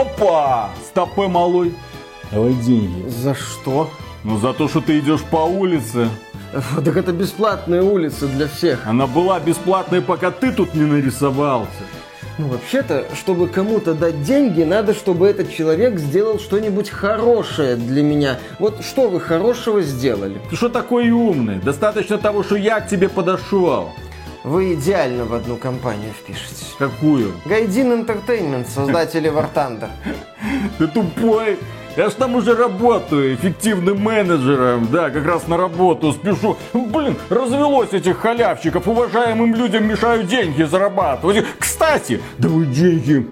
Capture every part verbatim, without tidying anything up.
Опа! Стопэ, малой. Давай деньги. За что? Ну за то, что ты идешь по улице. Так это бесплатная улица для всех. Она была бесплатной, пока ты тут не нарисовался. Ну, вообще-то, чтобы кому-то дать деньги, надо, чтобы этот человек сделал что-нибудь хорошее для меня. Вот что вы хорошего сделали? Ты что такой умный? Достаточно того, что я к тебе подошел. Вы идеально в одну компанию впишетесь. Какую? Гайдин Entertainment, создатели War Thunder. Ты тупой. Я ж там уже работаю эффективным менеджером, да, как раз на работу спешу. Блин, развелось этих халявщиков, уважаемым людям мешают деньги зарабатывать. Кстати, давай деньги.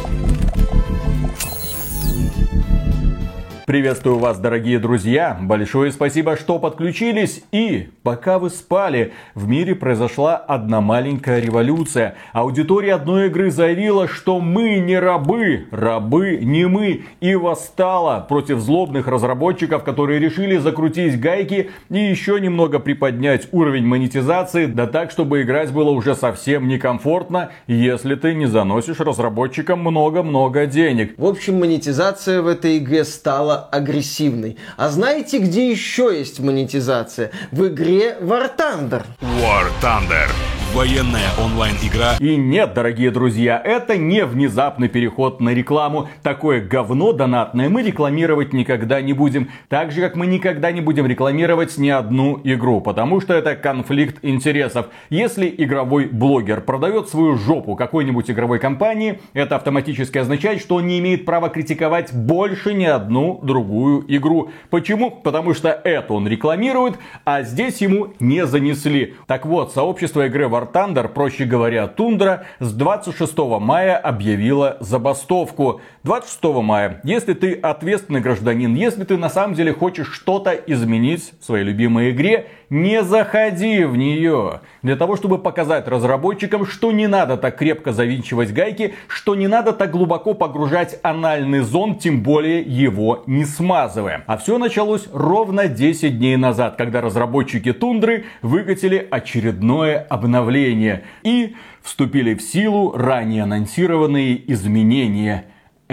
Приветствую вас, дорогие друзья. Большое спасибо, что подключились. И пока вы спали, в мире произошла одна маленькая революция. Аудитория одной игры заявила, что мы не рабы, рабы не мы. И восстала против злобных разработчиков, которые решили закрутить гайки и еще немного приподнять уровень монетизации. Да так, чтобы играть было уже совсем некомфортно, если ты не заносишь разработчикам много-много денег. В общем, монетизация в этой игре стала агрессивной. А знаете, где еще есть монетизация? В игре War Thunder. War Thunder. Военная онлайн-игра. И нет, дорогие друзья, это не внезапный переход на рекламу. Такое говно донатное мы рекламировать никогда не будем. Так же, как мы никогда не будем рекламировать ни одну игру. Потому что это конфликт интересов. Если игровой блогер продает свою жопу какой-нибудь игровой компании, это автоматически означает, что он не имеет права критиковать больше ни одну другую игру. Почему? Потому что это он рекламирует, а здесь ему не занесли. Так вот, сообщество игры War Thunder, проще говоря, Тундра, с двадцать шестого мая объявила забастовку. двадцать шестого мая, если ты ответственный гражданин, если ты на самом деле хочешь что-то изменить в своей любимой игре, не заходи в нее. Для того, чтобы показать разработчикам, что не надо так крепко завинчивать гайки, что не надо так глубоко погружать анальный зонд, тем более его не смазывая. А все началось ровно десять дней назад, когда разработчики Тундры выкатили очередное обновление и вступили в силу ранее анонсированные изменения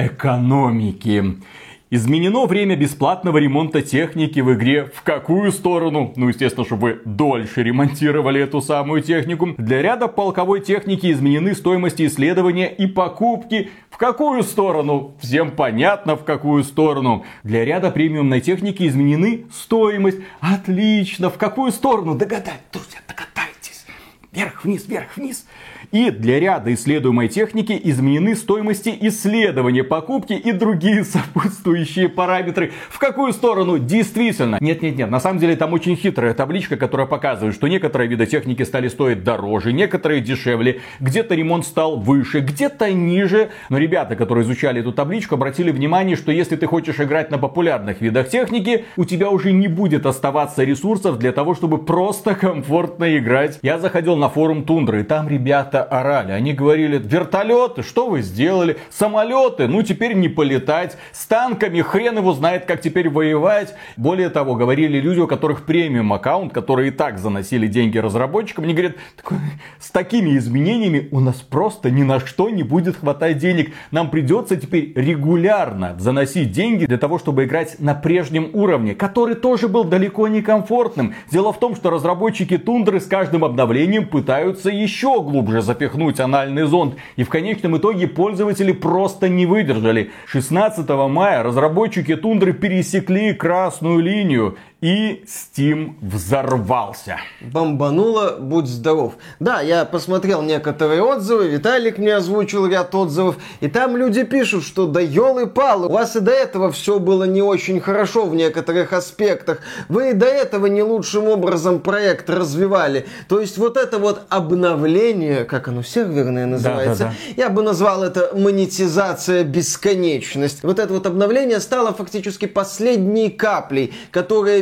экономики. Изменено время бесплатного ремонта техники в игре. В какую сторону? Ну, естественно, чтобы вы дольше ремонтировали эту самую технику. Для ряда полковой техники изменены стоимости исследования и покупки. В какую сторону? Всем понятно, в какую сторону. Для ряда премиумной техники изменены стоимость. Отлично. В какую сторону? Догадайтесь, друзья, догадайтесь. Вверх, вниз, вверх, вниз. И для ряда исследуемой техники изменены стоимости исследования, покупки и другие сопутствующие параметры. В какую сторону? Действительно. Нет-нет-нет, на самом деле там очень хитрая табличка, которая показывает, что некоторые виды техники стали стоить дороже, некоторые дешевле, где-то ремонт стал выше, где-то ниже. Но ребята, которые изучали эту табличку, обратили внимание, что если ты хочешь играть на популярных видах техники, у тебя уже не будет оставаться ресурсов для того, чтобы просто комфортно играть. Я заходил на форум Тундры, и там ребята орали. Они говорили: вертолеты, что вы сделали? Самолеты, ну теперь не полетать. С танками, хрен его знает, как теперь воевать. Более того, говорили люди, у которых премиум аккаунт, которые и так заносили деньги разработчикам. Они говорят: с такими изменениями у нас просто ни на что не будет хватать денег. Нам придется теперь регулярно заносить деньги для того, чтобы играть на прежнем уровне, который тоже был далеко не комфортным. Дело в том, что разработчики Тундры с каждым обновлением пытаются еще глубже запихнуть анальный зонд. И в конечном итоге пользователи просто не выдержали. шестнадцатого мая разработчики Тундры пересекли красную линию. И Steam взорвался. Бомбануло, будь здоров. Да, я посмотрел некоторые отзывы, Виталик мне озвучил ряд отзывов, и там люди пишут, что да елы-палы, у вас и до этого все было не очень хорошо в некоторых аспектах. Вы и до этого не лучшим образом проект развивали. То есть вот это вот обновление, как оно серверное называется, да, да, да. Я бы назвал это монетизация бесконечность. Вот это вот обновление стало фактически последней каплей, которая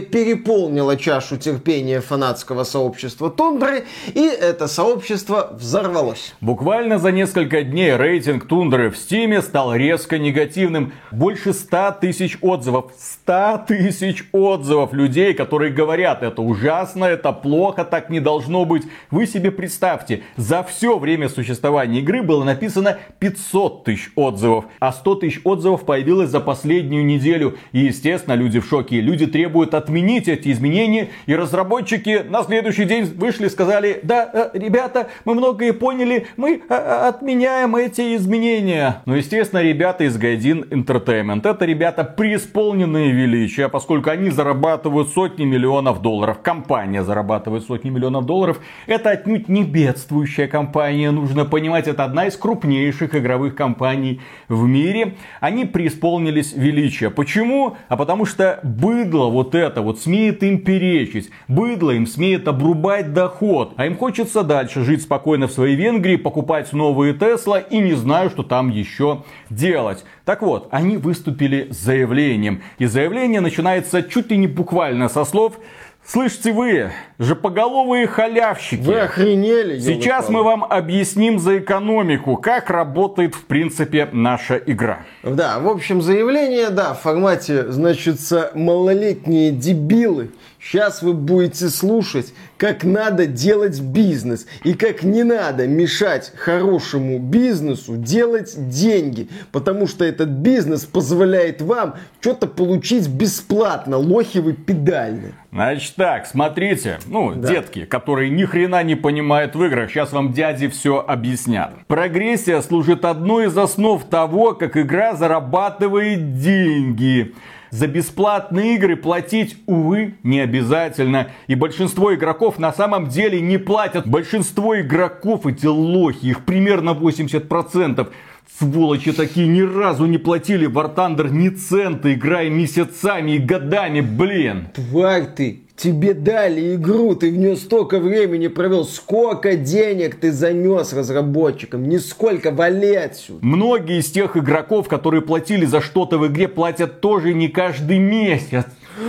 переполнило чашу терпения фанатского сообщества Тундры, и это сообщество взорвалось. Буквально за несколько дней рейтинг Тундры в Стиме стал резко негативным. Больше ста тысяч отзывов. сто тысяч отзывов людей, которые говорят, это ужасно, это плохо, так не должно быть. Вы себе представьте, за все время существования игры было написано пятьсот тысяч отзывов, а сто тысяч отзывов появилось за последнюю неделю. И, естественно, люди в шоке. Люди требуют отменить эти изменения, и разработчики на следующий день вышли и сказали, да, ребята, мы многое поняли, мы отменяем эти изменения. Но, естественно, ребята из Гайдин Entertainment, это ребята преисполненные величия, поскольку они зарабатывают сотни миллионов долларов. Компания зарабатывает сотни миллионов долларов. Это отнюдь не бедствующая компания, нужно понимать, это одна из крупнейших игровых компаний в мире. Они преисполнились величия. Почему? А потому что быдло вот это вот смеет им перечить. Быдло им смеет обрубать доход. А им хочется дальше жить спокойно в своей Венгрии, покупать новые Тесла и не знаю, что там еще делать. Так вот, они выступили с заявлением. И заявление начинается чуть ли не буквально со слов: слышите вы, жопоголовые халявщики. Вы охренели? Сейчас мы вам объясним за экономику, как работает в принципе наша игра. Да, в общем, заявление, да, в формате, значит, малолетние дебилы. Сейчас вы будете слушать, как надо делать бизнес и как не надо мешать хорошему бизнесу делать деньги, потому что этот бизнес позволяет вам что-то получить бесплатно, лохи вы педальные. Значит так, смотрите, ну, Да. детки, которые ни хрена не понимают в играх, сейчас вам дяди все объяснят. Прогрессия служит одной из основ того, как игра зарабатывает деньги. За бесплатные игры платить, увы, не обязательно. И большинство игроков на самом деле не платят. Большинство игроков, эти лохи, их примерно восемьдесят процентов. Сволочи такие, ни разу не платили в War Thunder ни цента, играя месяцами и годами, блин. Тварь ты, тебе дали игру, ты в нее столько времени провел, сколько денег ты занес разработчикам, нисколько, вали отсюда. Многие из тех игроков, которые платили за что-то в игре, платят тоже не каждый месяц.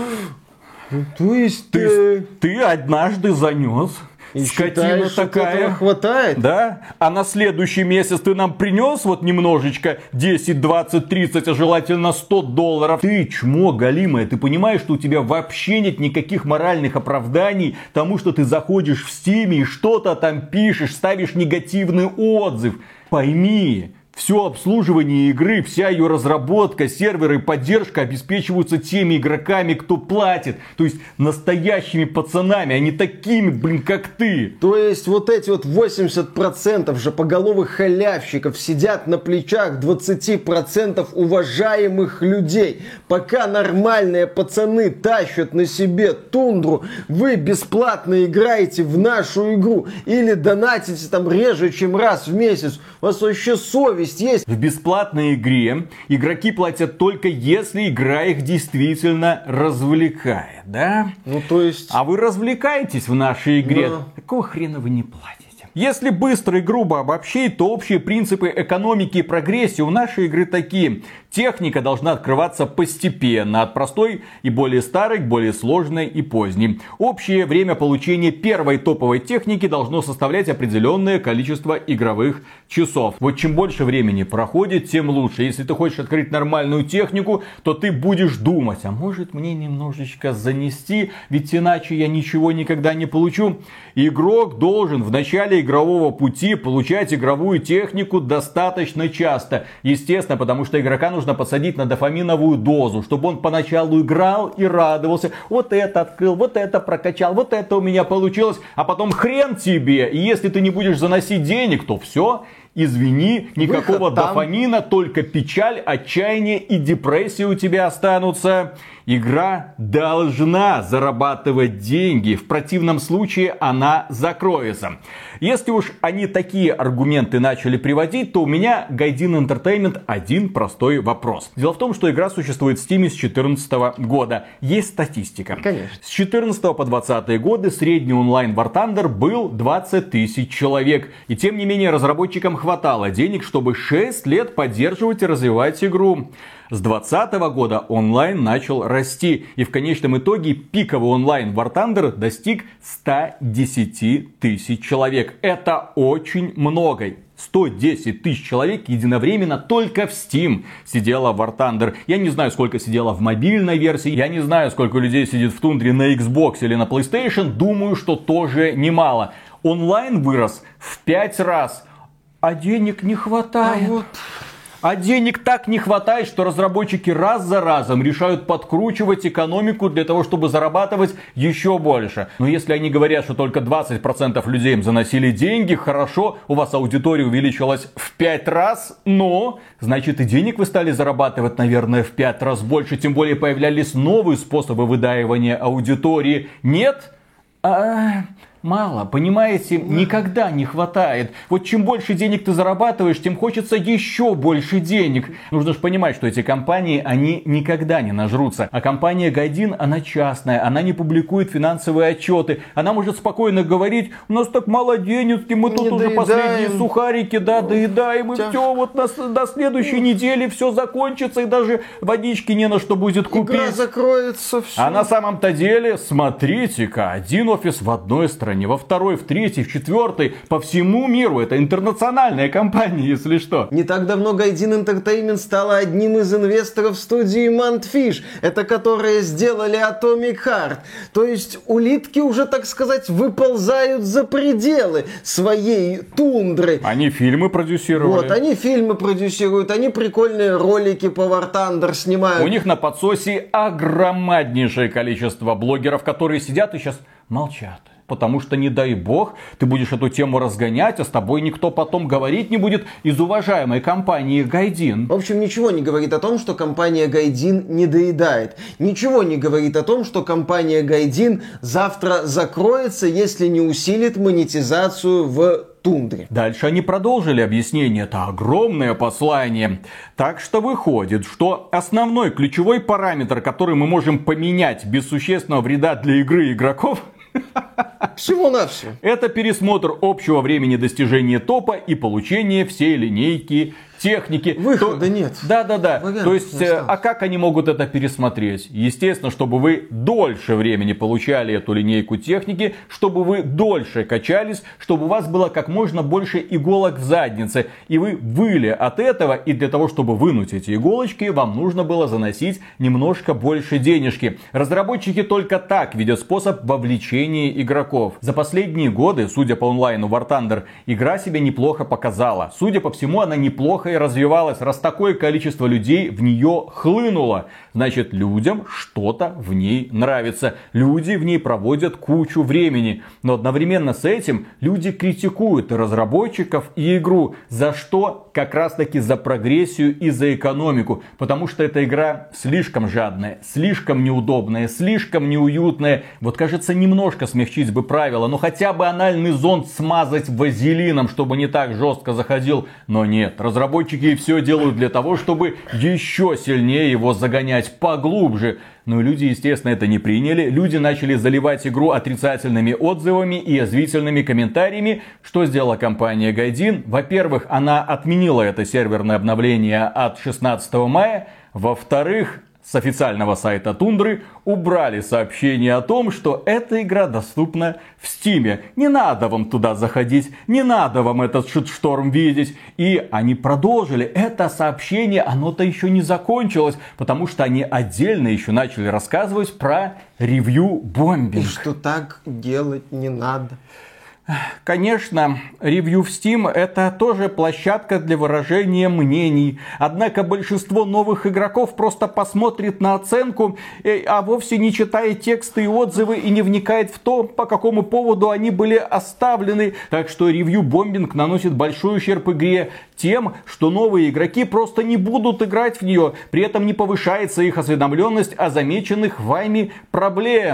То есть Ты, ты... ты однажды занес. И Скотина считаешь, что такая. этого хватает? Да? А на следующий месяц ты нам принес вот немножечко десять, двадцать, тридцать, а желательно сто долларов. Ты чмо голимое, ты понимаешь, что у тебя вообще нет никаких моральных оправданий тому, что ты заходишь в Стиме и что-то там пишешь, ставишь негативный отзыв. Пойми, все обслуживание игры, вся ее разработка, серверы и поддержка обеспечиваются теми игроками, кто платит. То есть настоящими пацанами, а не такими, блин, как ты. То есть вот эти вот восемьдесят процентов жопоголовых халявщиков сидят на плечах двадцать процентов уважаемых людей. Пока нормальные пацаны тащат на себе Тундру, вы бесплатно играете в нашу игру или донатите там реже, чем раз в месяц. У вас вообще совесть есть? В бесплатной игре игроки платят только если игра их действительно развлекает, да? Ну то есть... А вы развлекаетесь в нашей игре? Да. Какого хрена вы не платите? Если быстро и грубо обобщить, то общие принципы экономики и прогрессии у нашей игры такие. Техника должна открываться постепенно, от простой и более старой к более сложной и поздней. Общее время получения первой топовой техники должно составлять определенное количество игровых часов. Вот чем больше времени проходит, тем лучше. Если ты хочешь открыть нормальную технику, то ты будешь думать, а может мне немножечко занести, ведь иначе я ничего никогда не получу. Игрок должен в начале игрового пути получать игровую технику достаточно часто. Естественно, потому что игрока нужно нужно подсадить на дофаминовую дозу, чтобы он поначалу играл и радовался. Вот это открыл, вот это прокачал, вот это у меня получилось. А потом хрен тебе. И если ты не будешь заносить денег, то все. Извини, никакого Выход там. дофамина, только печаль, отчаяние и депрессия у тебя останутся. Игра должна зарабатывать деньги, в противном случае она закроется. Если уж они такие аргументы начали приводить, то у меня Гайдин Entertainment один простой вопрос. Дело в том, что игра существует в Steam с две тысячи четырнадцатого года. Есть статистика. Конечно. С две тысячи четырнадцатого по двадцатые годы средний онлайн War Thunder был двадцать тысяч человек. И тем не менее разработчикам хватало денег, чтобы шесть лет поддерживать и развивать игру. С двадцатого года онлайн начал расти, и в конечном итоге пиковый онлайн War Thunder достиг ста десяти тысяч человек. Это очень много. сто десять тысяч человек единовременно только в Steam сидело в War Thunder. Я не знаю, сколько сидело в мобильной версии. Я не знаю, сколько людей сидит в Тундре на Xbox или на PlayStation. Думаю, что тоже немало. Онлайн вырос в пять раз. А денег не хватает. А вот... А денег так не хватает, что разработчики раз за разом решают подкручивать экономику для того, чтобы зарабатывать еще больше. Но если они говорят, что только двадцать процентов людей им заносили деньги, хорошо, у вас аудитория увеличилась в пять раз, но значит и денег вы стали зарабатывать, наверное, в пять раз больше. Тем более появлялись новые способы выдаивания аудитории. Нет? А... Мало, понимаете, никогда не хватает. Вот чем больше денег ты зарабатываешь, тем хочется еще больше денег. Нужно же понимать, что эти компании, они никогда не нажрутся. А компания Гайдин, она частная, она не публикует финансовые отчеты. Она может спокойно говорить: у нас так мало денег, и мы тут не уже доедаем. Последние сухарики, да, доедаем, и Тя... все, вот на, до следующей недели все закончится, и даже водички не на что будет купить. Игра закроется, все. А на самом-то деле, смотрите-ка, один офис в одной стране, во второй, в третьей, в четвертой, по всему миру. Это интернациональная компания, если что. Не так давно Гайдин Entertainment стала одним из инвесторов студии Mantfish, это которые сделали Atomic Heart. То есть улитки уже, так сказать, выползают за пределы своей тундры. Они фильмы продюсировали. Вот, они фильмы продюсируют, они прикольные ролики по War Thunder снимают. У них на подсосе огромнейшее количество блогеров, которые сидят и сейчас молчат. Потому что, не дай бог, ты будешь эту тему разгонять, а с тобой никто потом говорить не будет из уважаемой компании Гайдин. В общем, ничего не говорит о том, что компания Гайдин не доедает. Ничего не говорит о том, что компания Гайдин завтра закроется, если не усилит монетизацию в тундре. Дальше они продолжили объяснение. Это огромное послание. Так что выходит, что основной ключевой параметр, который мы можем поменять без существенного вреда для игры и игроков, всего-навсего, это пересмотр общего времени достижения топа и получение всей линейки техники. Выхода То... нет. Да-да-да. Вариант То есть, а как они могут это пересмотреть? Естественно, чтобы вы дольше времени получали эту линейку техники, чтобы вы дольше качались, чтобы у вас было как можно больше иголок в заднице. И вы выли от этого, и для того, чтобы вынуть эти иголочки, вам нужно было заносить немножко больше денежки. Разработчики только так видят способ вовлечения игроков. За последние годы, судя по онлайну War Thunder, игра себя неплохо показала. Судя по всему, она неплохо и развивалась, раз такое количество людей в нее хлынуло. Значит, людям что-то в ней нравится. Люди в ней проводят кучу времени. Но одновременно с этим люди критикуют и разработчиков, и игру. За что? Как раз таки за прогрессию и за экономику. Потому что эта игра слишком жадная, слишком неудобная, слишком неуютная. Вот, кажется, немножко смягчить бы правила. Но хотя бы анальный зонд смазать вазелином, чтобы не так жестко заходил. Но нет, разработчики все делают для того, чтобы еще сильнее его загонять поглубже. Но люди, естественно, это не приняли. Люди начали заливать игру отрицательными отзывами и язвительными комментариями. Что сделала компания Гайдин? Во-первых, она отменила это серверное обновление от шестнадцатого мая. Во-вторых, с официального сайта Тундры убрали сообщение о том, что эта игра доступна в Стиме. Не надо вам туда заходить, не надо вам этот шитшторм видеть. И они продолжили. Это сообщение, оно-то еще не закончилось, потому что они отдельно еще начали рассказывать про ревью-бомбинг. И что так делать не надо. Конечно, ревью в Steam это тоже площадка для выражения мнений. Однако большинство новых игроков просто посмотрит на оценку, а вовсе не читает тексты и отзывы и не вникает в то, по какому поводу они были оставлены. Так что ревью-бомбинг наносит большой ущерб игре тем, что новые игроки просто не будут играть в нее. При этом не повышается их осведомленность о замеченных вами проблемах.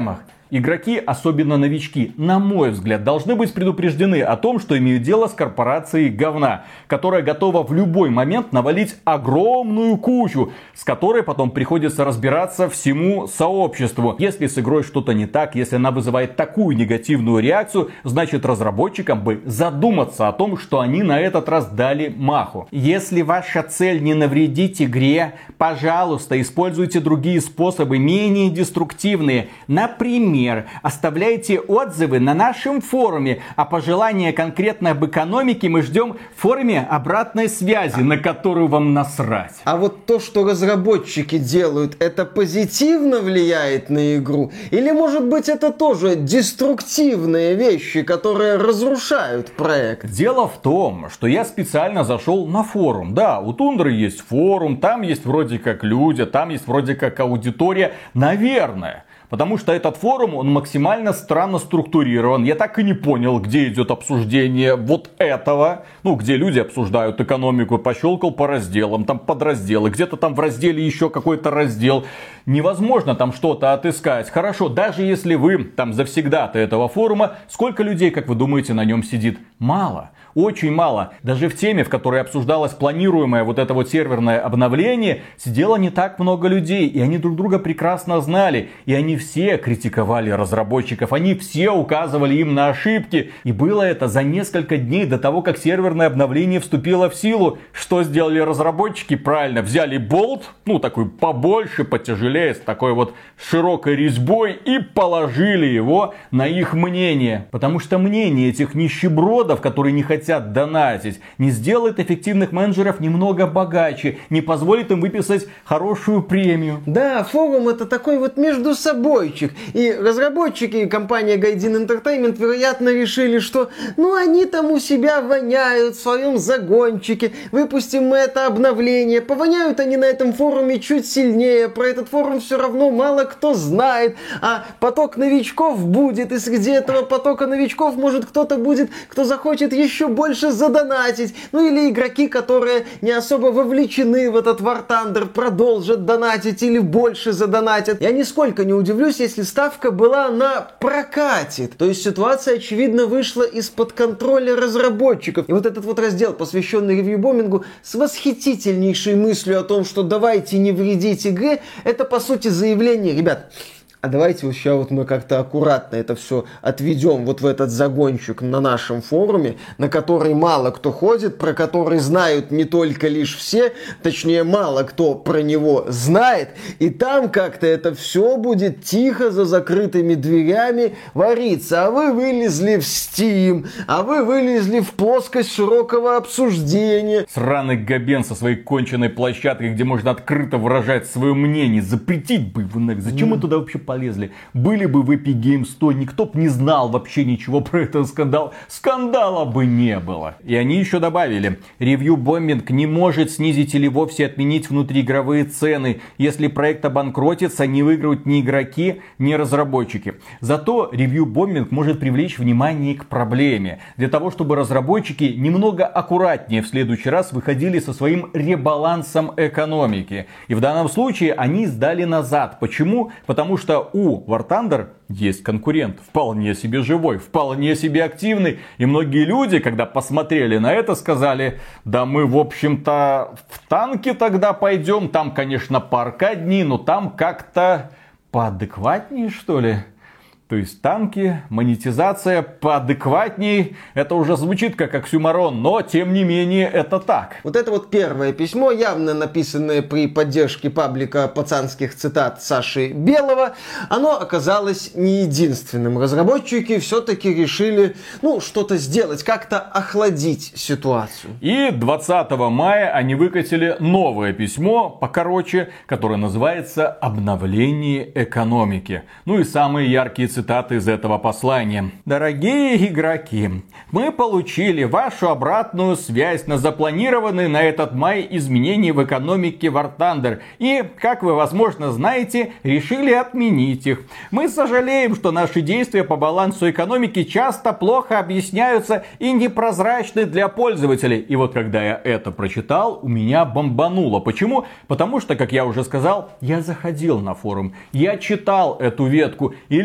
Игроки, особенно новички, на мой взгляд, должны быть предупреждены о том, что имеют дело с корпорацией говна, которая готова в любой момент навалить огромную кучу, с которой потом приходится разбираться всему сообществу. Если с игрой что-то не так, если она вызывает такую негативную реакцию, значит разработчикам бы задуматься о том, что они на этот раз дали маху. Если ваша цель не навредить игре, пожалуйста, используйте другие способы, менее деструктивные. Например, оставляйте отзывы на нашем форуме, а пожелания конкретно об экономике мы ждем в форуме обратной связи, на которую вам насрать. А вот то, что разработчики делают, это позитивно влияет на игру? Или, может быть, это тоже деструктивные вещи, которые разрушают проект? Дело в том, что я специально зашел на форум. Да, у Тундры есть форум, там есть вроде как люди, там есть вроде как аудитория. Наверное. Потому что этот форум, он максимально странно структурирован. Я так и не понял, где идет обсуждение вот этого. Ну, где люди обсуждают экономику. Пощелкал по разделам, там подразделы. Где-то там в разделе еще какой-то раздел. Невозможно там что-то отыскать. Хорошо, даже если вы там завсегдаты этого форума, сколько людей, как вы думаете, на нем сидит? Мало. Очень мало. Даже в теме, в которой обсуждалось планируемое вот это вот серверное обновление, сидело не так много людей. И они друг друга прекрасно знали. И они все критиковали разработчиков. Они все указывали им на ошибки. И было это за несколько дней до того, как серверное обновление вступило в силу. Что сделали разработчики? Правильно, взяли болт, ну такой побольше, потяжелее, с такой вот широкой резьбой, и положили его на их мнение. Потому что мнение этих нищебродов, которые не хотят донатить, не сделает эффективных менеджеров немного богаче, не позволит им выписать хорошую премию. Да, форум это такой вот между собойчик. И разработчики и компания Gaijin Entertainment, вероятно, решили, что ну они там у себя воняют в своем загончике, выпустим мы это обновление. Повоняют они на этом форуме чуть сильнее, про этот форум все равно мало кто знает, а поток новичков будет, и среди этого потока новичков может кто-то будет, кто захочет еще больше задонатить. Ну или игроки, которые не особо вовлечены в этот War Thunder, продолжат донатить или больше задонатят. Я нисколько не удивлюсь, если ставка была на прокатит. То есть ситуация, очевидно, вышла из-под контроля разработчиков. И вот этот вот раздел, посвященный ревью-бомбингу, с восхитительнейшей мыслью о том, что давайте не вредить игре, это по сути заявление, ребят, а давайте вот сейчас вот мы как-то аккуратно это все отведем вот в этот загончик на нашем форуме, на который мало кто ходит, про который знают не только лишь все, точнее мало кто про него знает, и там как-то это все будет тихо за закрытыми дверями вариться. А вы вылезли в Steam, а вы вылезли в плоскость широкого обсуждения. Сраный Габен со своей конченной площадкой, где можно открыто выражать свое мнение, запретить бы его. Зачем мы туда вообще полезли? Были бы в Epic Games сто, никто бы не знал вообще ничего про этот скандал. Скандала бы не было. И они еще добавили: ревью-бомбинг не может снизить или вовсе отменить внутриигровые цены. Если проект обанкротится, не выиграют ни игроки, ни разработчики. Зато ревью-бомбинг может привлечь внимание к проблеме. Для того, чтобы разработчики немного аккуратнее в следующий раз выходили со своим ребалансом экономики. И в данном случае они сдали назад. Почему? Потому что у War Thunder есть конкурент, вполне себе живой, вполне себе активный. И многие люди, когда посмотрели на это, сказали: да мы, в общем-то, в танки тогда пойдем. Там, конечно, поаркаднее, но там как-то поадекватнее, что ли. То есть танки, монетизация поадекватней. Это уже звучит как оксюморон, но тем не менее это так. Вот это вот первое письмо, явно написанное при поддержке паблика пацанских цитат Саши Белого, оно оказалось не единственным. Разработчики все-таки решили, ну, что-то сделать, как-то охладить ситуацию. И двадцатого мая они выкатили новое письмо, покороче, которое называется «Обновление экономики». Ну и самые яркие цитаты из этого послания. Дорогие игроки, мы получили вашу обратную связь на запланированные на этот май изменения в экономике War Thunder и, как вы возможно знаете, решили отменить их. Мы сожалеем, что наши действия по балансу экономики часто плохо объясняются и непрозрачны для пользователей. И вот когда я это прочитал, у меня бомбануло. Почему? Потому что, как я уже сказал, я заходил на форум, я читал эту ветку, и люди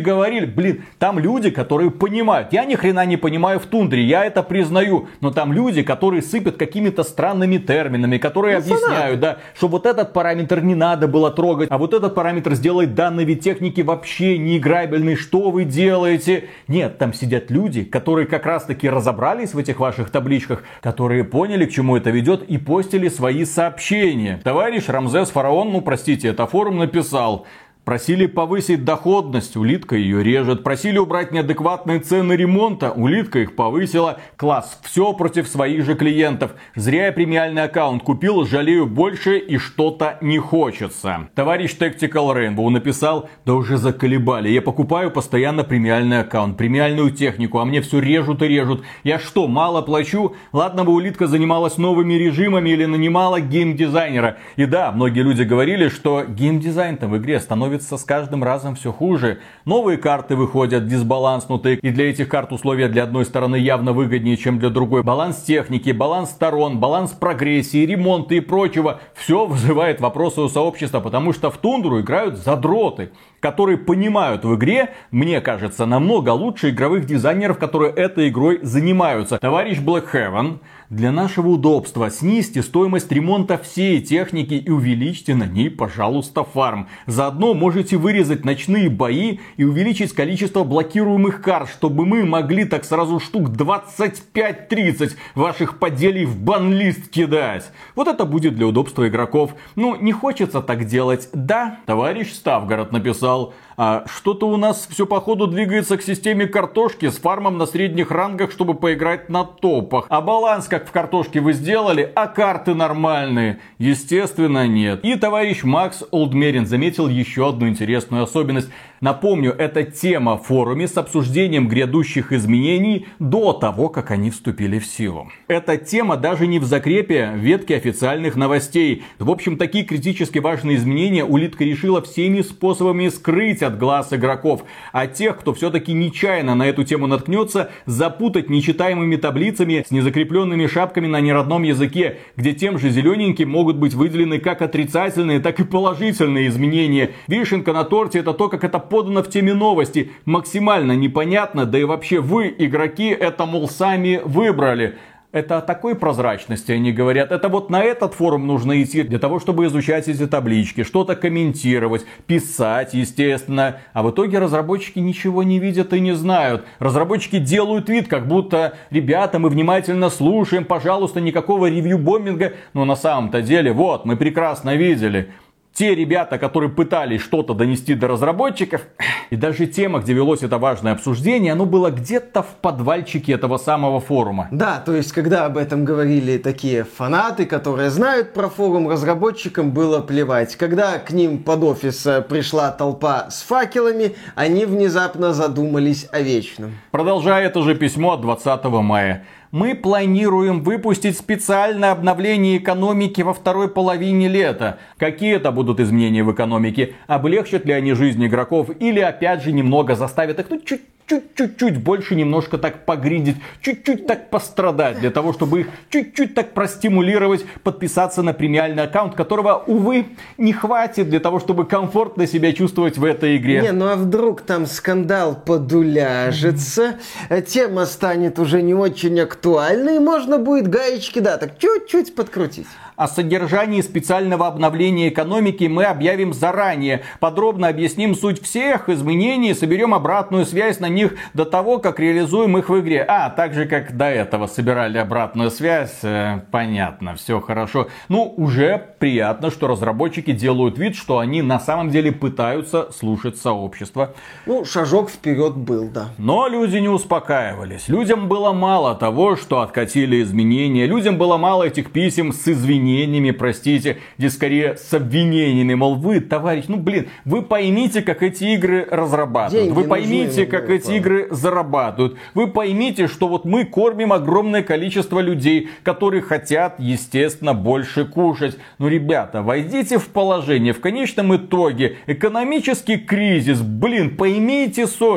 говорили, блин, там люди, которые понимают. Я ни хрена не понимаю в тундре, я это признаю. Но там люди, которые сыпят какими-то странными терминами, которые ну, объясняют, да, что вот этот параметр не надо было трогать, а вот этот параметр сделает данный вид техники вообще неиграбельный. Что вы делаете? Нет, там сидят люди, которые как раз таки разобрались в этих ваших табличках, которые поняли, к чему это ведет, и постили свои сообщения. Товарищ Рамзес Фараон, ну простите, это форум написал. Просили повысить доходность, улитка ее режет. Просили убрать неадекватные цены ремонта, улитка их повысила. Класс, все против своих же клиентов. Зря я премиальный аккаунт купил, жалею больше и что-то не хочется. Товарищ Tactical Rainbow написал, да уже заколебали. Я покупаю постоянно премиальный аккаунт, премиальную технику, а мне все режут и режут. Я что, мало плачу? Ладно бы улитка занималась новыми режимами или нанимала геймдизайнера. И да, многие люди говорили, что геймдизайн-то в игре становится с каждым разом все хуже. Новые карты выходят дисбаланснутые, и для этих карт условия для одной стороны явно выгоднее, чем для другой. Баланс техники, баланс сторон, баланс прогрессии, ремонта и прочего. Все вызывает вопросы у сообщества, потому что в тундру играют задроты, которые понимают в игре, мне кажется, намного лучше игровых дизайнеров, которые этой игрой занимаются. Товарищ Black Heaven, для нашего удобства снизьте стоимость ремонта всей техники и увеличьте на ней, пожалуйста, фарм. Заодно можете вырезать ночные бои и увеличить количество блокируемых карт, чтобы мы могли так сразу штук двадцать пять тридцать ваших поделий в банлист кидать. Вот это будет для удобства игроков. Ну, не хочется так делать, да? Товарищ Ставгород написал, а что-то у нас все походу двигается к системе картошки с фармом на средних рангах, чтобы поиграть на топах. А баланс как в картошке вы сделали, а карты нормальные? Естественно, нет. И товарищ Макс Олдмерин заметил еще одну интересную особенность. Напомню, это тема в форуме с обсуждением грядущих изменений до того, как они вступили в силу. Эта тема даже не в закрепе ветки официальных новостей. В общем, такие критически важные изменения улитка решила всеми способами скрыть от глаз игроков. А тех, кто все-таки нечаянно на эту тему наткнется, запутать нечитаемыми таблицами с незакрепленными шапками на неродном языке, где тем же зелененьким могут быть выделены как отрицательные, так и положительные изменения. Вишенка на торте — это то, как это подано в теме новости. Максимально непонятно, да и вообще вы, игроки, это, мол, сами выбрали. Это о такой прозрачности они говорят. Это вот на этот форум нужно идти для того, чтобы изучать эти таблички, что-то комментировать, писать, естественно. А в итоге разработчики ничего не видят и не знают. Разработчики делают вид, как будто, ребята, мы внимательно слушаем, пожалуйста, никакого ревью-бомбинга. Но на самом-то деле, вот, мы прекрасно видели. Те ребята, которые пытались что-то донести до разработчиков, и даже тема, где велось это важное обсуждение, оно было где-то в подвальчике этого самого форума. Да, то есть, когда об этом говорили такие фанаты, которые знают про форум, разработчикам было плевать. Когда к ним под офис пришла толпа с факелами, они внезапно задумались о вечном. Продолжая это же письмо от двадцатого мая. Мы планируем выпустить специальное обновление экономики во второй половине лета. Какие это будут изменения в экономике? Облегчат ли они жизнь игроков? Или опять же немного заставят их, ну, чуть чуть-чуть больше немножко так погриндить, чуть-чуть так пострадать, для того, чтобы их чуть-чуть так простимулировать, подписаться на премиальный аккаунт, которого, увы, не хватит для того, чтобы комфортно себя чувствовать в этой игре. Не, ну а вдруг там скандал подуляжется, тема станет уже не очень актуальной, и можно будет гаечки, да, так чуть-чуть подкрутить. О содержании специального обновления экономики мы объявим заранее. Подробно объясним суть всех изменений, соберем обратную связь на них до того, как реализуем их в игре. А, так же, как до этого собирали обратную связь. Э, понятно, все хорошо. Ну, уже приятно, что разработчики делают вид, что они на самом деле пытаются слушать сообщество. Ну, шажок вперед был, да. Но люди не успокаивались. Людям было мало того, что откатили изменения. Людям было мало этих писем с извинениями. Простите, где скорее с обвинениями, мол, вы, товарищ, ну блин, вы поймите, как эти игры разрабатывают, деньги вы поймите, как было, эти правда. игры зарабатывают, вы поймите, что вот мы кормим огромное количество людей, которые хотят, естественно, больше кушать. Ну, ребята, войдите в положение, в конечном итоге экономический кризис, блин, поймите совесть.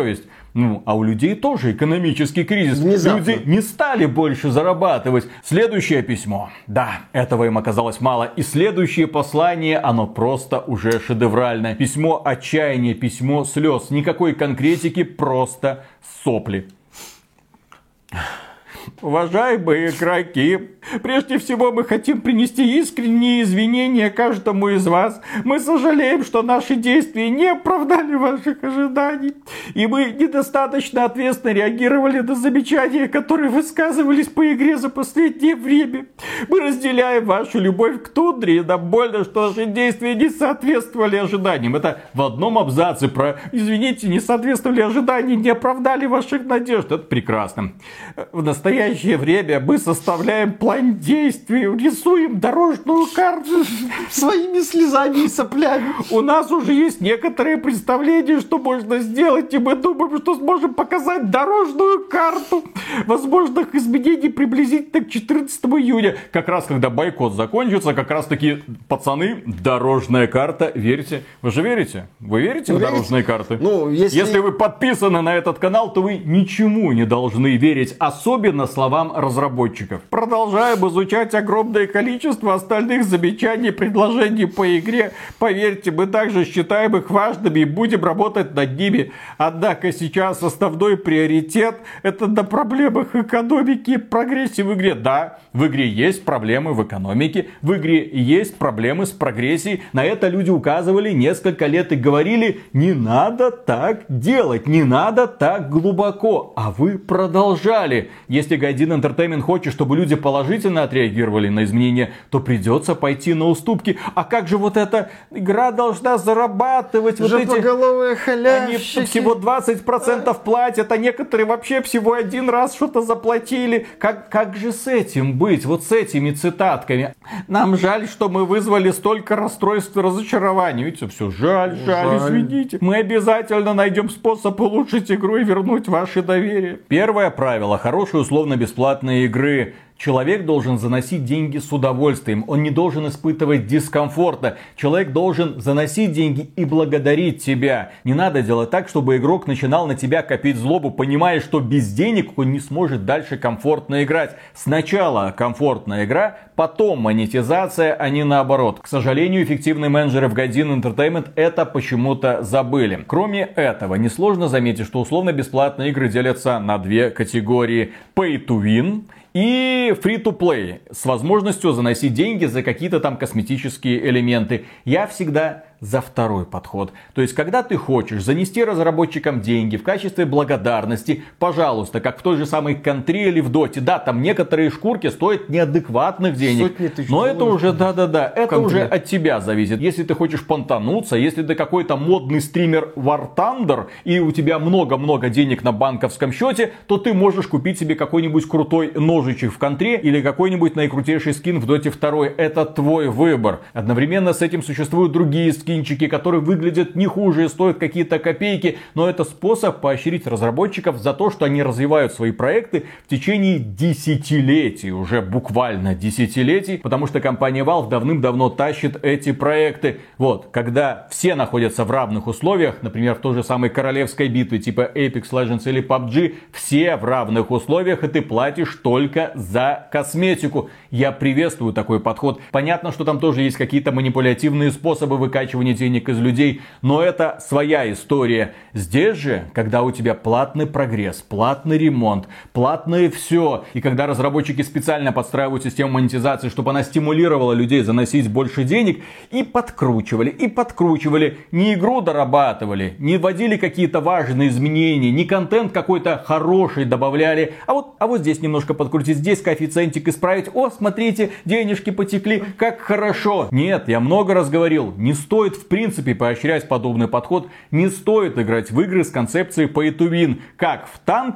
Ну, а у людей тоже экономический кризис. Внезапно. Люди не стали больше зарабатывать. Следующее письмо. Да, этого им оказалось мало. И следующее послание, оно просто уже шедевральное. Письмо отчаяния, письмо слез. Никакой конкретики, просто сопли. Уважаемые игроки, прежде всего мы хотим принести искренние извинения каждому из вас. Мы сожалеем, что наши действия не оправдали ваших ожиданий. И мы недостаточно ответственно реагировали на замечания, которые высказывались по игре за последнее время. Мы разделяем вашу любовь к тундре, и нам больно, что наши действия не соответствовали ожиданиям. Это в одном абзаце про «извините, не соответствовали ожиданиям, не оправдали ваших надежд». Это прекрасно. В настоящее В настоящее время мы составляем план действий, рисуем дорожную карту Своими слезами и соплями. У нас уже есть некоторые представления, что можно сделать, и мы думаем, что сможем показать дорожную карту возможных изменений приблизительно к четырнадцатому июня. Как раз когда бойкот закончится, как раз таки, пацаны, дорожная карта. Верите? Вы же верите? Вы верите Вы в верите? дорожные карты? Ну, если... Если вы подписаны на этот канал, то вы ничему не должны верить. Особенно словам разработчиков. Продолжаем изучать огромное количество остальных замечаний и предложений по игре. Поверьте, мы также считаем их важными и будем работать над ними. Однако сейчас основной приоритет — это на проблемах экономики и прогрессии в игре. Да, в игре есть проблемы в экономике, в игре есть проблемы с прогрессией. На это люди указывали несколько лет и говорили: не надо так делать, не надо так глубоко. А вы продолжали. Если Гайдин Entertainment хочет, чтобы люди положительно отреагировали на изменения, то придется пойти на уступки. А как же вот эта игра должна зарабатывать? Вот эти... Жопоголовые халявщики. Они всего двадцать процентов платят, а некоторые вообще всего один раз что-то заплатили. Как, как же с этим быть? Вот с этими цитатками. Нам жаль, что мы вызвали столько расстройств и разочарований. Видите, все жаль, жаль, Жаль. извините. Мы обязательно найдем способ улучшить игру и вернуть ваше доверие. Первое правило хорошей условно-бесплатной игры. Человек должен заносить деньги с удовольствием. Он не должен испытывать дискомфорта. Человек должен заносить деньги и благодарить тебя. Не надо делать так, чтобы игрок начинал на тебя копить злобу, понимая, что без денег он не сможет дальше комфортно играть. Сначала комфортная игра, потом монетизация, а не наоборот. К сожалению, эффективные менеджеры в Гайдин Entertainment это почему-то забыли. Кроме этого, несложно заметить, что условно-бесплатные игры делятся на две категории. Pay to win и free-to-play с возможностью заносить деньги за какие-то там косметические элементы. Я всегда за второй подход. То есть, когда ты хочешь занести разработчикам деньги в качестве благодарности, пожалуйста, как в той же самой Контре или в Доте, да, там некоторые шкурки стоят неадекватных денег. Сотни тысяч Но это долларов. уже, да-да-да, это Контре. уже от тебя зависит. Если ты хочешь понтануться, если ты какой-то модный стример War Thunder и у тебя много-много денег на банковском счете, то ты можешь купить себе какой-нибудь крутой ножичек в Контре или какой-нибудь наикрутейший скин в Доте два. Это твой выбор. Одновременно с этим существуют другие скины, которые выглядят не хуже и стоят какие-то копейки, но это способ поощрить разработчиков за то, что они развивают свои проекты в течение десятилетий, уже буквально десятилетий, потому что компания Valve давным-давно тащит эти проекты. Вот, когда все находятся в равных условиях, например, в той же самой королевской битве типа Apex Legends или пабг, все в равных условиях, и ты платишь только за косметику. Я приветствую такой подход. Понятно, что там тоже есть какие-то манипулятивные способы выкачивания денег из людей, но это своя история. Здесь же, когда у тебя платный прогресс, платный ремонт, платное все, и когда разработчики специально подстраивают систему монетизации, чтобы она стимулировала людей заносить больше денег, и подкручивали, и подкручивали, не игру дорабатывали, не вводили какие-то важные изменения, не контент какой-то хороший добавляли, а вот, а вот здесь немножко подкрутить, здесь коэффициентик исправить, о, смотрите, денежки потекли, как хорошо. Нет, я много раз говорил, не стоит в принципе поощрять подобный подход, не стоит играть в игры с концепцией pay to win, как в танках,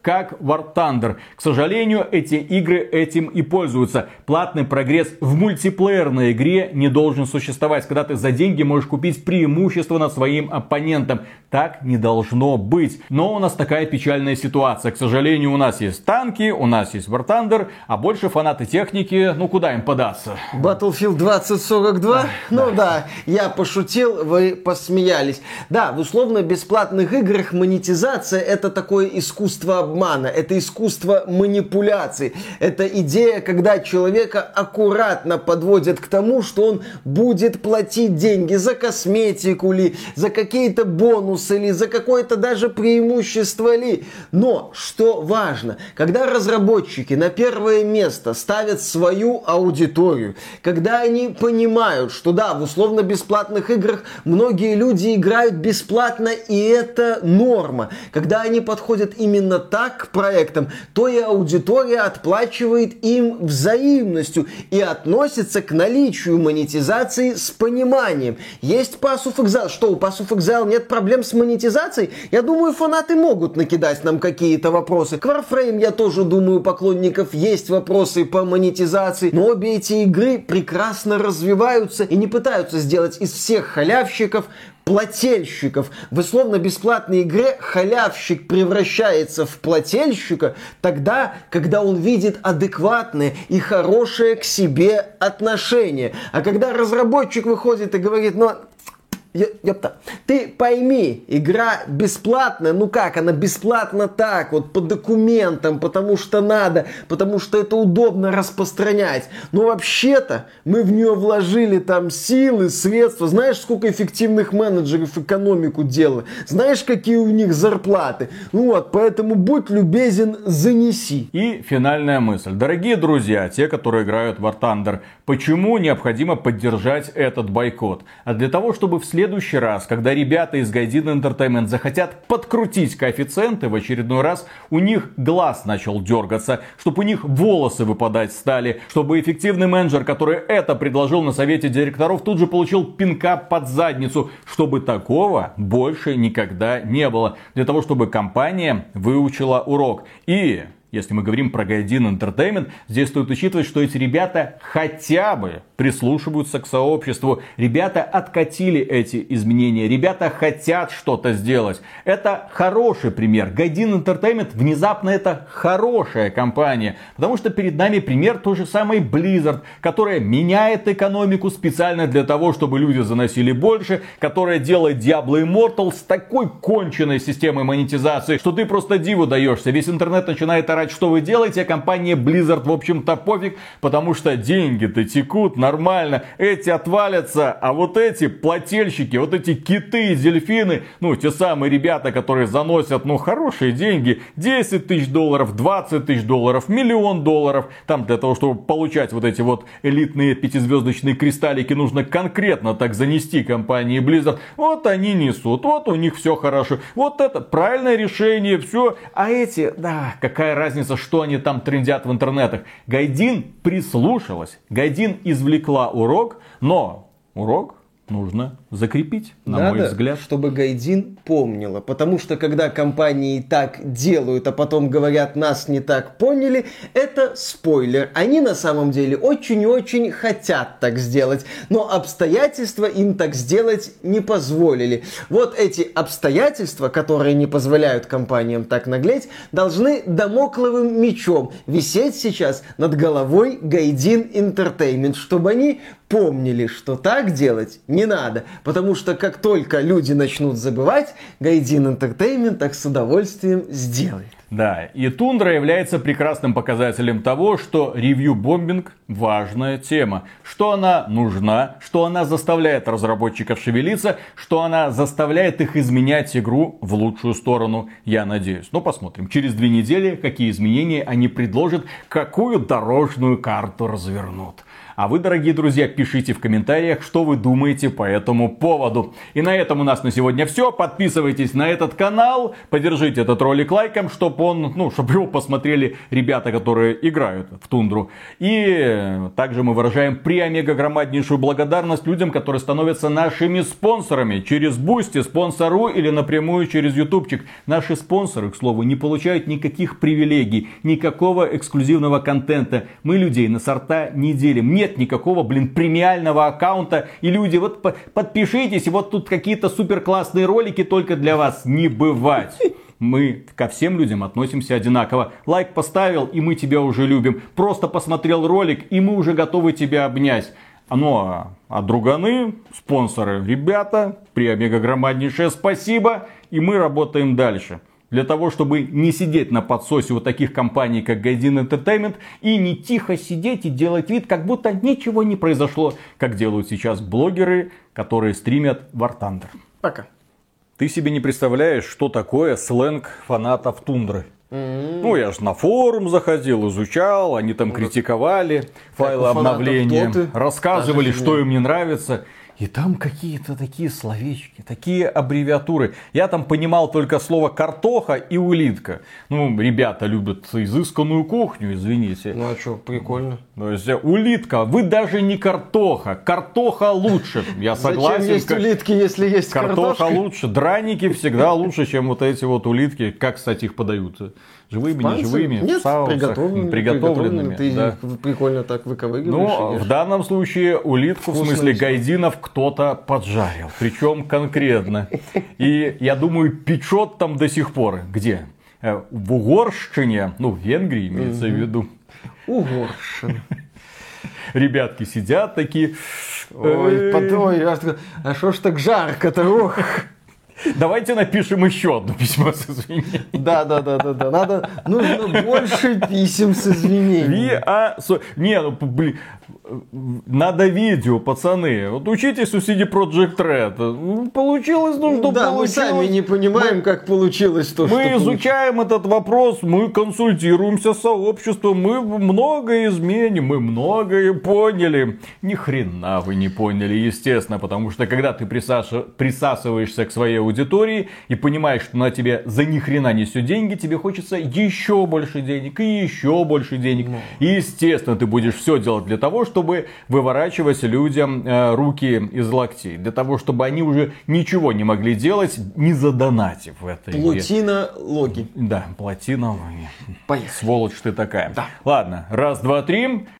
как War Thunder. К сожалению, эти игры этим и пользуются. Платный прогресс в мультиплеерной игре не должен существовать, когда ты за деньги можешь купить преимущество над своим оппонентом. Так не должно быть. Но у нас такая печальная ситуация. К сожалению, у нас есть танки, у нас есть War Thunder, а больше фанаты техники, ну куда им податься? Battlefield двадцать сорок два? Да, ну да. да, я пошутил, вы посмеялись. Да, в условно-бесплатных играх монетизация — это такое искусство обмана, это искусство манипуляций. Это идея, когда человека аккуратно подводят к тому, что он будет платить деньги за косметику ли, за какие-то бонусы ли, за какое-то даже преимущество ли. Но, что важно, когда разработчики на первое место ставят свою аудиторию, когда они понимают, что да, в условно-бесплатных играх многие люди играют бесплатно, и это норма. Когда они подходят именно так к проектам, то и аудитория отплачивает им взаимностью и относится к наличию монетизации с пониманием. Есть Pass of Exile. Что, у Pass of Exile нет проблем с монетизацией? Я думаю, фанаты могут накидать нам какие-то вопросы. К Warframe, я тоже думаю, у поклонников есть вопросы по монетизации. Но обе эти игры прекрасно развиваются и не пытаются сделать из всех халявщиков плательщиков. В условно-бесплатной игре халявщик превращается в плательщика тогда, когда он видит адекватное и хорошее к себе отношение. А когда разработчик выходит и говорит, ну... Ёпта. Ты пойми, игра бесплатная, ну как, она бесплатна так, вот по документам, потому что надо, потому что это удобно распространять. Но вообще-то мы в нее вложили там силы, средства. Знаешь, сколько эффективных менеджеров экономику делают? Знаешь, какие у них зарплаты? Ну вот, поэтому будь любезен, занеси. И финальная мысль. Дорогие друзья, те, которые играют в War Thunder, почему необходимо поддержать этот бойкот? А для того, чтобы в следующий В следующий раз, когда ребята из Gaijin Entertainment захотят подкрутить коэффициенты в очередной раз, у них глаз начал дергаться, чтобы у них волосы выпадать стали, чтобы эффективный менеджер, который это предложил на совете директоров, тут же получил пинка под задницу, чтобы такого больше никогда не было. Для того, чтобы компания выучила урок. И... если мы говорим про Gaijin Entertainment, здесь стоит учитывать, что эти ребята хотя бы прислушиваются к сообществу. Ребята откатили эти изменения. Ребята хотят что-то сделать. Это хороший пример. Gaijin Entertainment внезапно это хорошая компания. Потому что перед нами пример той же самой Blizzard, которая меняет экономику специально для того, чтобы люди заносили больше. Которая делает Diablo Immortal с такой конченной системой монетизации, что ты просто диву даешься. Весь интернет начинает орать, что вы делаете, а компания Blizzard, в общем-то, пофиг, потому что деньги-то текут нормально, эти отвалятся, а вот эти плательщики, вот эти киты и дельфины, ну, те самые ребята, которые заносят, ну, хорошие деньги, десять тысяч долларов, двадцать тысяч долларов, миллион долларов, там для того, чтобы получать вот эти вот элитные пятизвездочные кристаллики, нужно конкретно так занести компании Blizzard, вот они несут, вот у них все хорошо, вот это правильное решение, все, а эти, да, какая разница, что они там трендят в интернетах. Gaijin прислушалась, Gaijin извлекла урок, но урок нужно закрепить, на Надо, мой взгляд. чтобы Gaijin помнила. Потому что когда компании так делают, а потом говорят, нас не так поняли, это спойлер. Они на самом деле очень и очень хотят так сделать, но обстоятельства им так сделать не позволили. Вот эти обстоятельства, которые не позволяют компаниям так наглеть, должны дамокловым мечом висеть сейчас над головой Gaijin Entertainment, чтобы они помнили, что так делать не надо. Потому что как только люди начнут забывать, Gaijin Entertainment так с удовольствием сделает. Да, и Тундра является прекрасным показателем того, что ревью-бомбинг – важная тема. Что она нужна, что она заставляет разработчиков шевелиться, что она заставляет их изменять игру в лучшую сторону, я надеюсь. Ну, посмотрим. Через две недели, какие изменения они предложат, какую дорожную карту развернут. А вы, дорогие друзья, пишите в комментариях, что вы думаете по этому поводу. И на этом у нас на сегодня все. Подписывайтесь на этот канал, поддержите этот ролик лайком, чтобы он, ну, чтобы его посмотрели ребята, которые играют в Тундру. И также мы выражаем преомега громаднейшую благодарность людям, которые становятся нашими спонсорами через Boosty, спонсору или напрямую через ютубчик. Наши спонсоры, к слову, не получают никаких привилегий, никакого эксклюзивного контента. Мы людей на сорта не делим. Нет никакого, блин, премиального аккаунта. И люди, вот подпишитесь, и вот тут какие-то супер классные ролики только для вас. Не бывать. Мы ко всем людям относимся одинаково. Лайк поставил, и мы тебя уже любим. Просто посмотрел ролик, и мы уже готовы тебя обнять. Ну, а, а друганы, спонсоры, ребята, преомега громаднейшее спасибо. И мы работаем дальше. Для того, чтобы не сидеть на подсосе вот таких компаний, как Гайдин Entertainment, и не тихо сидеть и делать вид, как будто ничего не произошло, как делают сейчас блогеры, которые стримят War Thunder. Пока. Ты себе не представляешь, что такое сленг фанатов Тундры. Mm-hmm. Ну, я же на форум заходил, изучал, они там критиковали файлы обновления, рассказывали, что им не нравится. И там какие-то такие словечки, такие аббревиатуры. Я там понимал только слово картоха и улитка. Ну, ребята любят изысканную кухню, извините. Ну, а что, прикольно. То есть, улитка, вы даже не картоха. Картоха лучше, я согласен. Зачем есть улитки, если есть картоха? Картошка Лучше. Драники всегда лучше, чем вот эти вот улитки. Как, кстати, их подают? Живыми, не живыми? Нет, в соусах, приготовленными. приготовленными. Ты да. прикольно так выковыриваешь. Ну, в данном случае улитку, Вкусно, в смысле все. Гайдинов, кто-то поджарил. Причем конкретно. И я думаю, печет там до сих пор. Где? В Угорщине, ну, в Венгрии имеется в виду. Угорщина. Ребятки сидят такие. Ой, под... Ой, а что ж так жарко-то? Ох. Давайте напишем еще одно письмо с извинениями. Да, да, да, да, да. Надо, нужно больше писем с извинениями. Ви, а, со... Не, ну, блин, надо видео, пацаны. Вот учитесь у си ди Projekt Red. Получилось, ну, что да, получилось. мы сами не понимаем, мы... как получилось то, мы что изучаем получилось. этот вопрос, мы консультируемся с сообществом, мы многое изменим, мы многое поняли. Ни хрена вы не поняли, естественно, потому что когда ты присас... присасываешься к своей аудитории и понимаешь, что на тебе за ни хрена несет деньги, тебе хочется еще больше денег и еще больше денег. Но... И естественно, ты будешь все делать для того, чтобы выворачивать людям э, руки из локтей. Для того, чтобы они уже ничего не могли делать, не задонатив в этой игре. Платина логи. Да, платина логи. Поехали. Сволочь ты такая. Да. Ладно, раз, два, три.